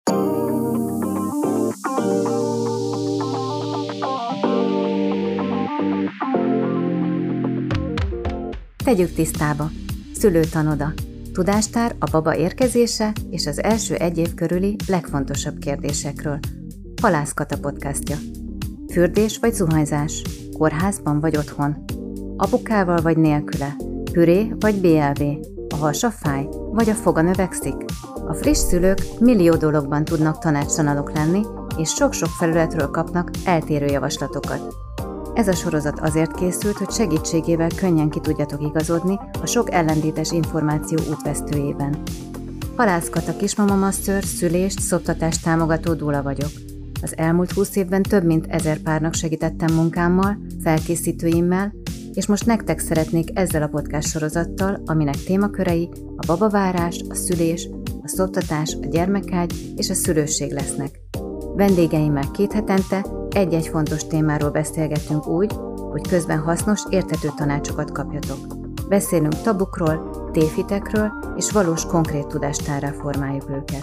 Tegyük tisztába. Szülőtanoda. Tudástár a baba érkezése és az első egy év körüli legfontosabb kérdésekről. Halász Kata podcastja. Fürdés vagy zuhanyzás? Kórházban vagy otthon? Apukával vagy nélküle? Püré vagy BLV? A hasa fáj? Vagy a foga növekszik? A friss szülők millió dologban tudnak tanácstalanok lenni, és sok-sok felületről kapnak eltérő javaslatokat. Ez a sorozat azért készült, hogy segítségével könnyen ki tudjatok igazodni a sok ellentétes információ útvesztőjében. Halász Kata kismama master, szülést, szoptatást támogató dúla vagyok. Az elmúlt 20 évben több mint 1000 párnak segítettem munkámmal, felkészítőimmel, és most nektek szeretnék ezzel a podcast sorozattal, aminek témakörei a babavárás, a szülés, a szoptatás, a gyermekágy és a szülőség lesznek. Vendégeimmel 2 hetente egy-egy fontos témáról beszélgetünk úgy, hogy közben hasznos, érthető tanácsokat kapjatok. Beszélünk tabukról, tévhitekről, és valós konkrét tudástárrá formáljuk őket.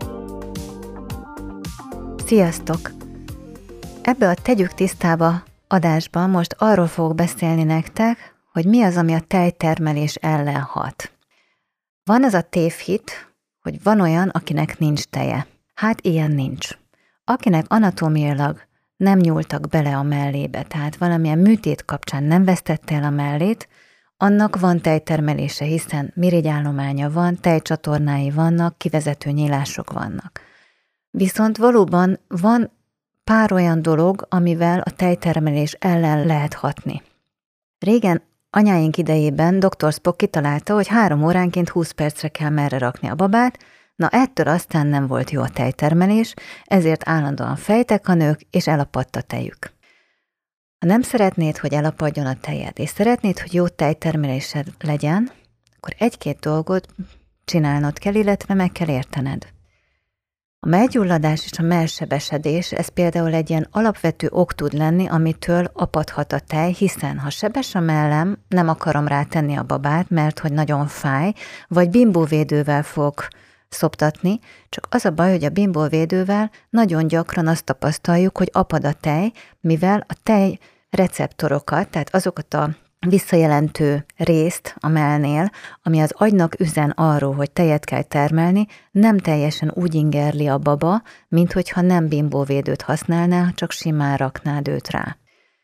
Sziasztok! Ebbe a Tegyük tisztába adásban most arról fogok beszélni nektek, hogy mi az, ami a tejtermelés ellen hat. Van az a tévhit, hogy van olyan, akinek nincs teje. Hát ilyen nincs. Akinek anatómiailag nem nyúltak bele a mellébe, tehát valamilyen műtét kapcsán nem vesztette el a mellét, annak van tejtermelése, hiszen mirigyállománya van, tejcsatornái vannak, kivezető nyílások vannak. Viszont valóban van pár olyan dolog, amivel a tejtermelés ellen lehet hatni. Régen anyáink idejében Dr. Spock kitalálta, hogy 3 óránként 20 percre kell merre rakni a babát, na ettől aztán nem volt jó a tejtermelés, ezért állandóan fejtek a nők, és elapadt a tejük. Ha nem szeretnéd, hogy elapadjon a tejed, és szeretnéd, hogy jó tejtermelésed legyen, akkor 1-2 dolgot csinálnod kell, illetve meg kell értened. A mellgyulladás és a mellsebesedés, ez például egy ilyen alapvető ok tud lenni, amitől apadhat a tej, hiszen ha sebes a mellem, nem akarom rátenni a babát, mert hogy nagyon fáj, vagy bimbóvédővel fog szoptatni, csak az a baj, hogy a bimbóvédővel nagyon gyakran azt tapasztaljuk, hogy apad a tej, mivel a tej receptorokat, tehát azokat a visszajelentő részt a mellnél, ami az agynak üzen arról, hogy tejet kell termelni, nem teljesen úgy ingerli a baba, mint hogyha nem bimbóvédőt használná, csak simán raknád őt rá.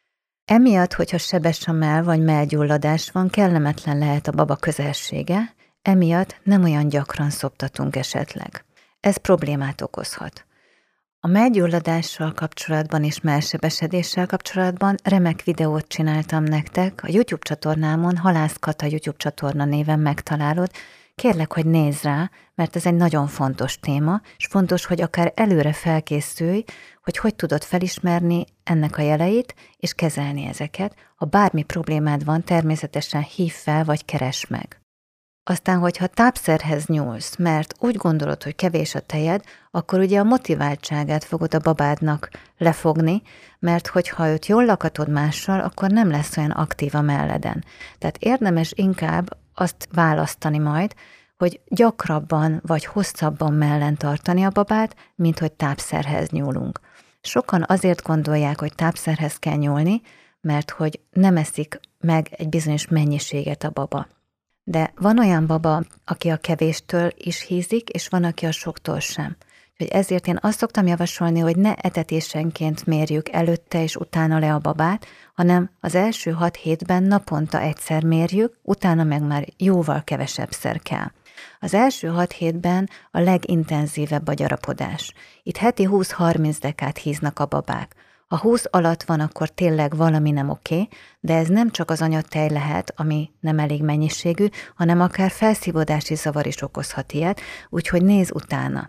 Emiatt, hogyha sebes a mell vagy mellgyulladás van, kellemetlen lehet a baba közelsége, emiatt nem olyan gyakran szoptatunk esetleg. Ez problémát okozhat. A mellgyulladással kapcsolatban és mellsebesedéssel kapcsolatban remek videót csináltam nektek, a YouTube csatornámon, Halász Kata YouTube csatorna néven megtalálod. Kérlek, hogy nézz rá, mert ez egy nagyon fontos téma, és fontos, hogy akár előre felkészülj, hogy tudod felismerni ennek a jeleit, és kezelni ezeket. Ha bármi problémád van, természetesen hívd fel, vagy keresd meg. Aztán, hogyha tápszerhez nyúlsz, mert úgy gondolod, hogy kevés a tejed, akkor ugye a motiváltságát fogod a babádnak lefogni, mert hogyha őt jól lakatod mással, akkor nem lesz olyan aktív a melleden. Tehát érdemes inkább azt választani majd, hogy gyakrabban vagy hosszabban mellen tartani a babát, mint hogy tápszerhez nyúlunk. Sokan azért gondolják, hogy tápszerhez kell nyúlni, mert hogy nem eszik meg egy bizonyos mennyiséget a baba. De van olyan baba, aki a kevéstől is hízik, és van, aki a soktól sem. Úgyhogy ezért én azt szoktam javasolni, hogy ne etetésenként mérjük előtte és utána le a babát, hanem az első 6 hétben naponta egyszer mérjük, utána meg már jóval kevesebbszer kell. Az első 6 hétben a legintenzívebb a gyarapodás. Itt heti 20-30 dekát híznak a babák. Ha 20 alatt van, akkor tényleg valami nem oké, de ez nem csak az anyatej lehet, ami nem elég mennyiségű, hanem akár felszívódási zavar is okozhat ilyet, úgyhogy nézz utána.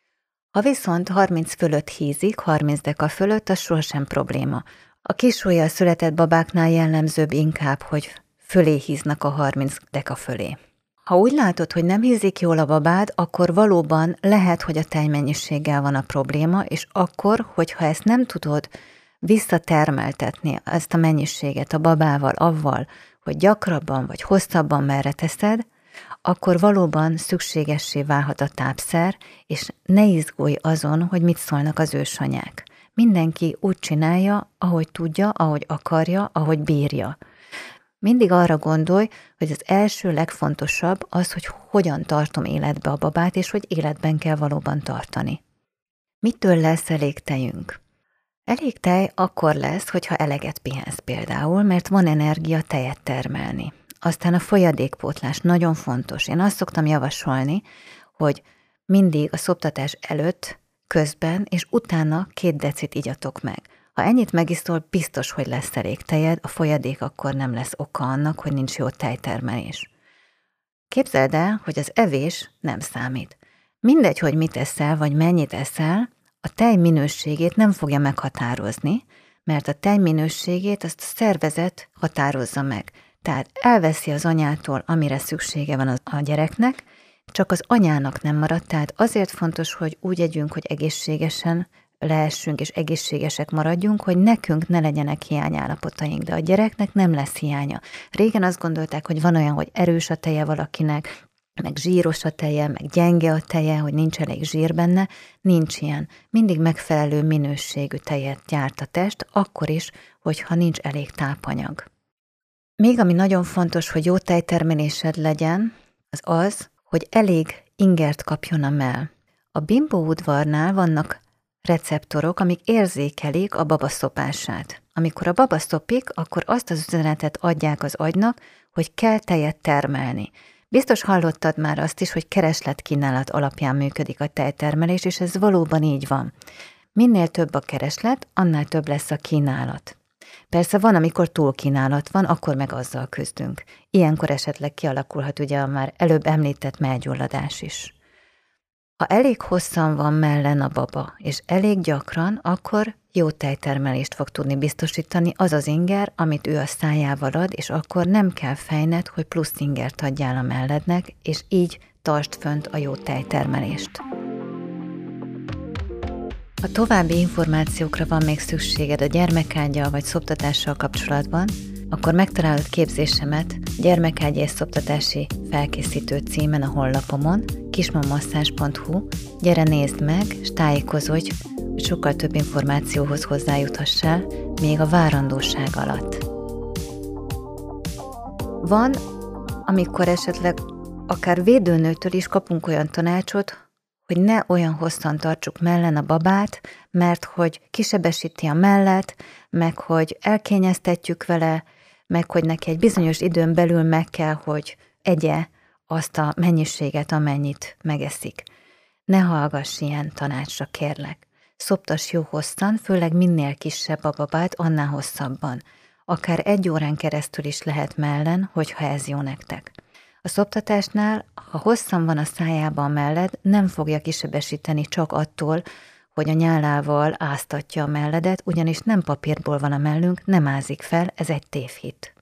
Ha viszont 30 fölött hízik, 30 deka fölött, az sohasem probléma. A kisujjal született babáknál jellemzőbb inkább, hogy fölé híznak a 30 deka fölé. Ha úgy látod, hogy nem hízik jól a babád, akkor valóban lehet, hogy a tejmennyiséggel van a probléma, és akkor, hogyha ezt nem tudod visszatermeltetni, ezt a mennyiséget a babával, avval, hogy gyakrabban vagy hosszabban merre teszed, akkor valóban szükségessé válhat a tápszer, és ne izgulj azon, hogy mit szólnak az ősanyák. Mindenki úgy csinálja, ahogy tudja, ahogy akarja, ahogy bírja. Mindig arra gondolj, hogy az első legfontosabb az, hogy hogyan tartom életbe a babát, és hogy életben kell valóban tartani. Mitől lesz elég tejünk? Elég tej akkor lesz, hogyha eleget pihensz például, mert van energia tejet termelni. Aztán a folyadékpótlás nagyon fontos. Én azt szoktam javasolni, hogy mindig a szoptatás előtt, közben és utána 2 decit igyatok meg. Ha ennyit megiszol, biztos, hogy lesz elég tejed, a folyadék akkor nem lesz oka annak, hogy nincs jó tejtermelés. Képzeld el, hogy az evés nem számít. Mindegy, hogy mit eszel, vagy mennyit eszel, a tej minőségét nem fogja meghatározni, mert a tej minőségét azt a szervezet határozza meg. Tehát elveszi az anyától, amire szüksége van a gyereknek, csak az anyának nem marad, tehát azért fontos, hogy úgy együnk, hogy egészségesen lehessünk és egészségesek maradjunk, hogy nekünk ne legyenek hiányállapotaink, de a gyereknek nem lesz hiánya. Régen azt gondolták, hogy van olyan, hogy erős a teje valakinek, meg zsíros a teje, meg gyenge a teje, hogy nincs elég zsír benne, nincs ilyen. Mindig megfelelő minőségű tejet gyárt a test, akkor is, hogyha nincs elég tápanyag. Még ami nagyon fontos, hogy jó tejtermelésed legyen, az, hogy elég ingert kapjon a mell. A bimbóudvarnál vannak receptorok, amik érzékelik a baba szopását. Amikor a baba szopik, akkor azt az üzenetet adják az agynak, hogy kell tejet termelni. Biztos hallottad már azt is, hogy kereslet-kínálat alapján működik a tejtermelés, és ez valóban így van. Minél több a kereslet, annál több lesz a kínálat. Persze van, amikor túlkínálat van, akkor meg azzal küzdünk. Ilyenkor esetleg kialakulhat ugye a már előbb említett mellgyulladás is. Ha elég hosszan van mellen a baba, és elég gyakran, akkor jó tejtermelést fog tudni biztosítani az az inger, amit ő a szájával ad, és akkor nem kell fejned, hogy plusz ingert adjál a mellednek, és így tartsd fönt a jó tejtermelést. Ha további információkra van még szükséged a gyermekággyal vagy szoptatással kapcsolatban, akkor megtalálod képzésemet gyermekágyi és szoptatási felkészítő címen a honlapomon, kismamasszázs.hu. Gyere, nézd meg, és tájékozódj, hogy sokkal több információhoz hozzájuthassál még a várandóság alatt. Van, amikor esetleg akár védőnőtől is kapunk olyan tanácsot, hogy ne olyan hosszan tartsuk mellen a babát, mert hogy kisebesíti a mellet, meg hogy elkényeztetjük vele, meg hogy neki egy bizonyos időn belül meg kell, hogy egye azt a mennyiséget, amennyit megeszik. Ne hallgass ilyen tanácsra, kérlek. Szoptass jó hosszan, főleg minél kisebb a babát, annál hosszabban. Akár 1 órán keresztül is lehet mellen, hogyha ez jó nektek. A szoptatásnál, ha hosszan van a szájában melled, nem fogja kisebesíteni csak attól, hogy a nyálával áztatja a melledet, ugyanis nem papírból van a mellünk, nem ázik fel, ez egy tévhit.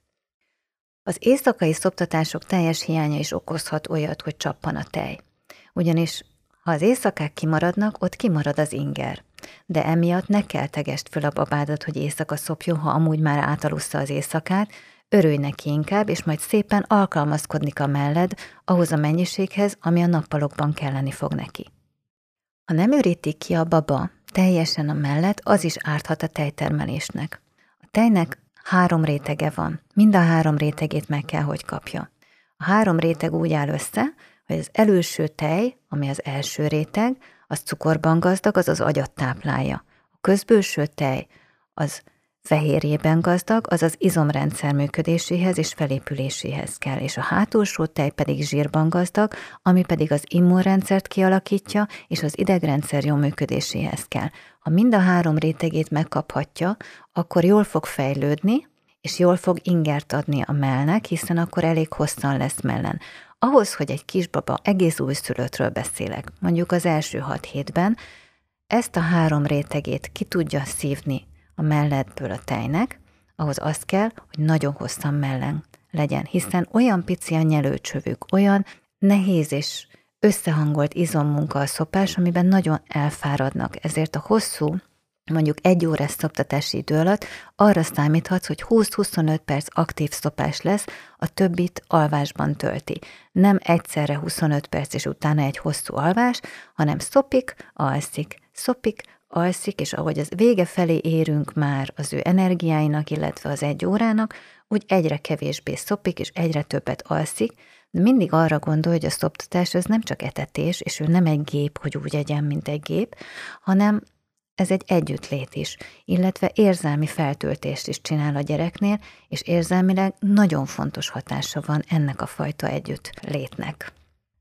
Az éjszakai szoptatások teljes hiánya is okozhat olyat, hogy csappan a tej. Ugyanis, ha az éjszakák kimaradnak, ott kimarad az inger. De emiatt ne keltegesd föl a babádat, hogy éjszaka szopjon, ha amúgy már átalussza az éjszakát, örülj neki inkább, és majd szépen alkalmazkodni a melled ahhoz a mennyiséghez, ami a nappalokban kelleni fog neki. Ha nem üríti ki a baba teljesen a mellet, az is árthat a tejtermelésnek. A tejnek 3 rétege van, mind a 3 rétegét meg kell, hogy kapja. A 3 réteg úgy áll össze, hogy az előső tej, ami az első réteg, az cukorban gazdag, az az agyat táplálja. A közbőső tej az fehérjében gazdag, az az izomrendszer működéséhez és felépüléséhez kell, és a hátulsó tej pedig zsírban gazdag, ami pedig az immunrendszert kialakítja, és az idegrendszer jó működéséhez kell. Ha mind a 3 rétegét megkaphatja, akkor jól fog fejlődni, és jól fog ingert adni a mellnek, hiszen akkor elég hosszan lesz mellen. Ahhoz, hogy egy kisbaba, egész újszülöttről beszélek, mondjuk az első 6 hétben, ezt a 3 rétegét ki tudja szívni a melledből a tejnek, ahhoz az kell, hogy nagyon hosszan mellen legyen, hiszen olyan pici a nyelőcsövük, olyan nehéz és összehangolt izommunka a szopás, amiben nagyon elfáradnak, ezért a hosszú mondjuk 1 órás szoptatási idő alatt arra számíthatsz, hogy 20-25 perc aktív szopás lesz, a többit alvásban tölti. Nem egyszerre 25 perc és utána egy hosszú alvás, hanem szopik, alszik, és ahogy az vége felé érünk már az ő energiáinak, illetve az 1 órának, úgy egyre kevésbé szopik, és egyre többet alszik, de mindig arra gondol, hogy a szoptatás ez nem csak etetés, és ő nem egy gép, hogy úgy egyen, mint egy gép, hanem ez egy együttlét is, illetve érzelmi feltöltést is csinál a gyereknél, és érzelmileg nagyon fontos hatása van ennek a fajta együttlétnek.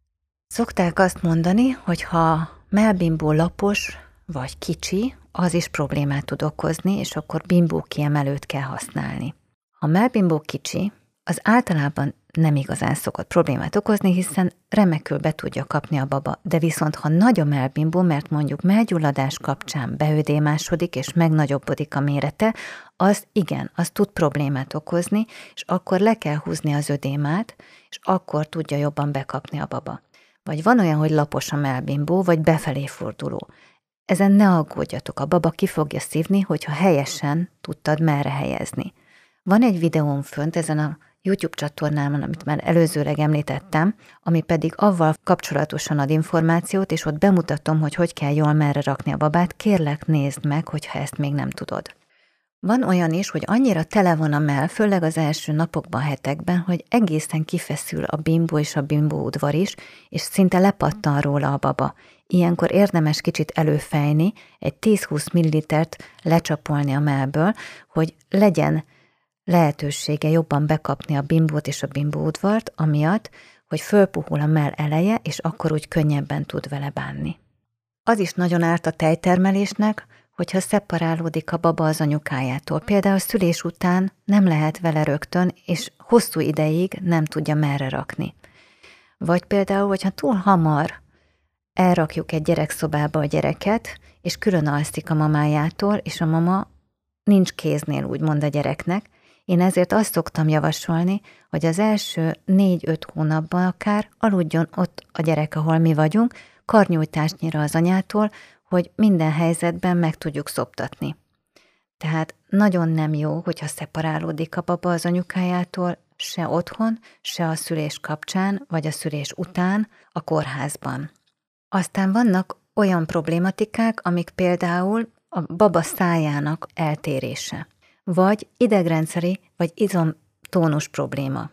Szokták azt mondani, hogy ha mellbimbó lapos vagy kicsi, az is problémát tud okozni, és akkor bimbó kiemelőt kell használni. Ha mellbimbó kicsi, az általában nem igazán szokott problémát okozni, hiszen remekül be tudja kapni a baba, de viszont ha nagy a mellbimbó, mert mondjuk mellgyulladás kapcsán beödémásodik és megnagyobbodik a mérete, az tud problémát okozni, és akkor le kell húzni az ödémát, és akkor tudja jobban bekapni a baba. Vagy van olyan, hogy lapos a mellbimbó, vagy befelé forduló. Ezen ne aggódjatok, a baba ki fogja szívni, hogyha helyesen tudtad merre helyezni. Van egy videóm fönt ezen a YouTube csatornámon, amit már előzőleg említettem, ami pedig avval kapcsolatosan ad információt, és ott bemutatom, hogy kell jól merre rakni a babát, kérlek nézd meg, hogyha ezt még nem tudod. Van olyan is, hogy annyira tele van a mell, főleg az első napokban, hetekben, hogy egészen kifeszül a bimbó és a bimbóudvar is, és szinte lepattan róla a baba. Ilyenkor érdemes kicsit előfejni, egy 10-20 millilitert lecsapolni a mellből, hogy legyen lehetősége jobban bekapni a bimbót és a bimbóudvart, amiatt, hogy fölpuhul a mell eleje, és akkor úgy könnyebben tud vele bánni. Az is nagyon árt a tejtermelésnek, hogyha szeparálódik a baba az anyukájától. Például a szülés után nem lehet vele rögtön, és hosszú ideig nem tudja merre rakni. Vagy például, hogyha túl hamar elrakjuk egy gyerekszobába a gyereket, és külön alszik a mamájától, és a mama nincs kéznél, úgymond a gyereknek. Én ezért azt szoktam javasolni, hogy az első 4-5 hónapban akár aludjon ott a gyerek, ahol mi vagyunk, karnyújtásnyira az anyától, hogy minden helyzetben meg tudjuk szoptatni. Tehát nagyon nem jó, hogyha szeparálódik a baba az anyukájától, se otthon, se a szülés kapcsán, vagy a szülés után a kórházban. Aztán vannak olyan problématikák, amik például a baba szájának eltérése, vagy idegrendszeri, vagy izomtónus probléma.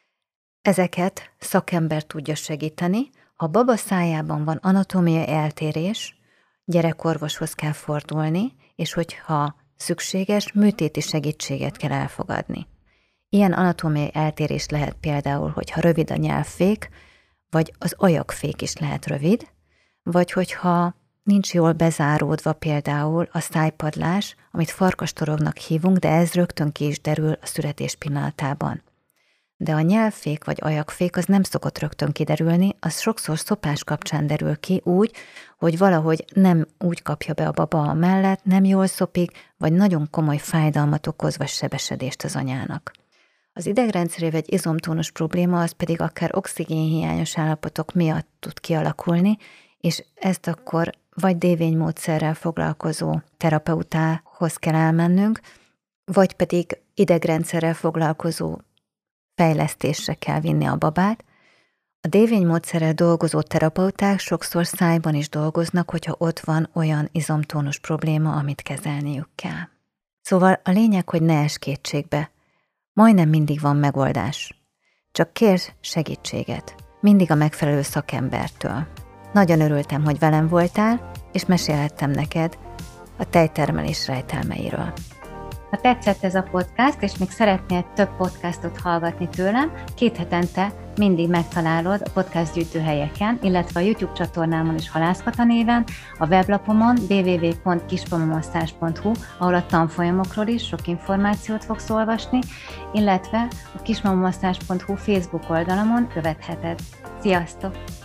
Ezeket szakember tudja segíteni, ha a baba szájában van anatómiai eltérés, gyerekorvoshoz kell fordulni, és hogyha szükséges, műtéti segítséget kell elfogadni. Ilyen anatómiai eltérés lehet például, hogyha rövid a nyelvfék, vagy az ajakfék is lehet rövid, vagy hogyha nincs jól bezáródva például a szájpadlás, amit farkastorognak hívunk, de ez rögtön ki is derül a születés pillanatában. De a nyelvfék vagy ajakfék az nem szokott rögtön kiderülni, az sokszor szopás kapcsán derül ki úgy, hogy valahogy nem úgy kapja be a baba a mellet, nem jól szopik, vagy nagyon komoly fájdalmat okoz, vagy sebesedést az anyának. Az idegrendszeri vagy izomtónus probléma az pedig akár oxigénhiányos állapotok miatt tud kialakulni, és ezt akkor vagy dévénymódszerrel foglalkozó terapeutához kell elmennünk, vagy pedig idegrendszerrel foglalkozó fejlesztésre kell vinni a babát. A dévénymódszerrel dolgozó terapeuták sokszor szájban is dolgoznak, hogyha ott van olyan izomtónus probléma, amit kezelniük kell. Szóval a lényeg, hogy ne ess kétségbe. Majdnem mindig van megoldás. Csak kérj segítséget. Mindig a megfelelő szakembertől. Nagyon örültem, hogy velem voltál, és mesélhettem neked a tejtermelés rejtelmeiről. Ha tetszett ez a podcast, és még szeretnél több podcastot hallgatni tőlem, 2 hetente mindig megtalálod a podcast gyűjtőhelyeken, illetve a YouTube csatornámon is Halászkata néven, a weblapomon www.kismamamasszázs.hu, ahol a tanfolyamokról is sok információt fogsz olvasni, illetve a kismamamasszázs.hu Facebook oldalamon követheted. Sziasztok!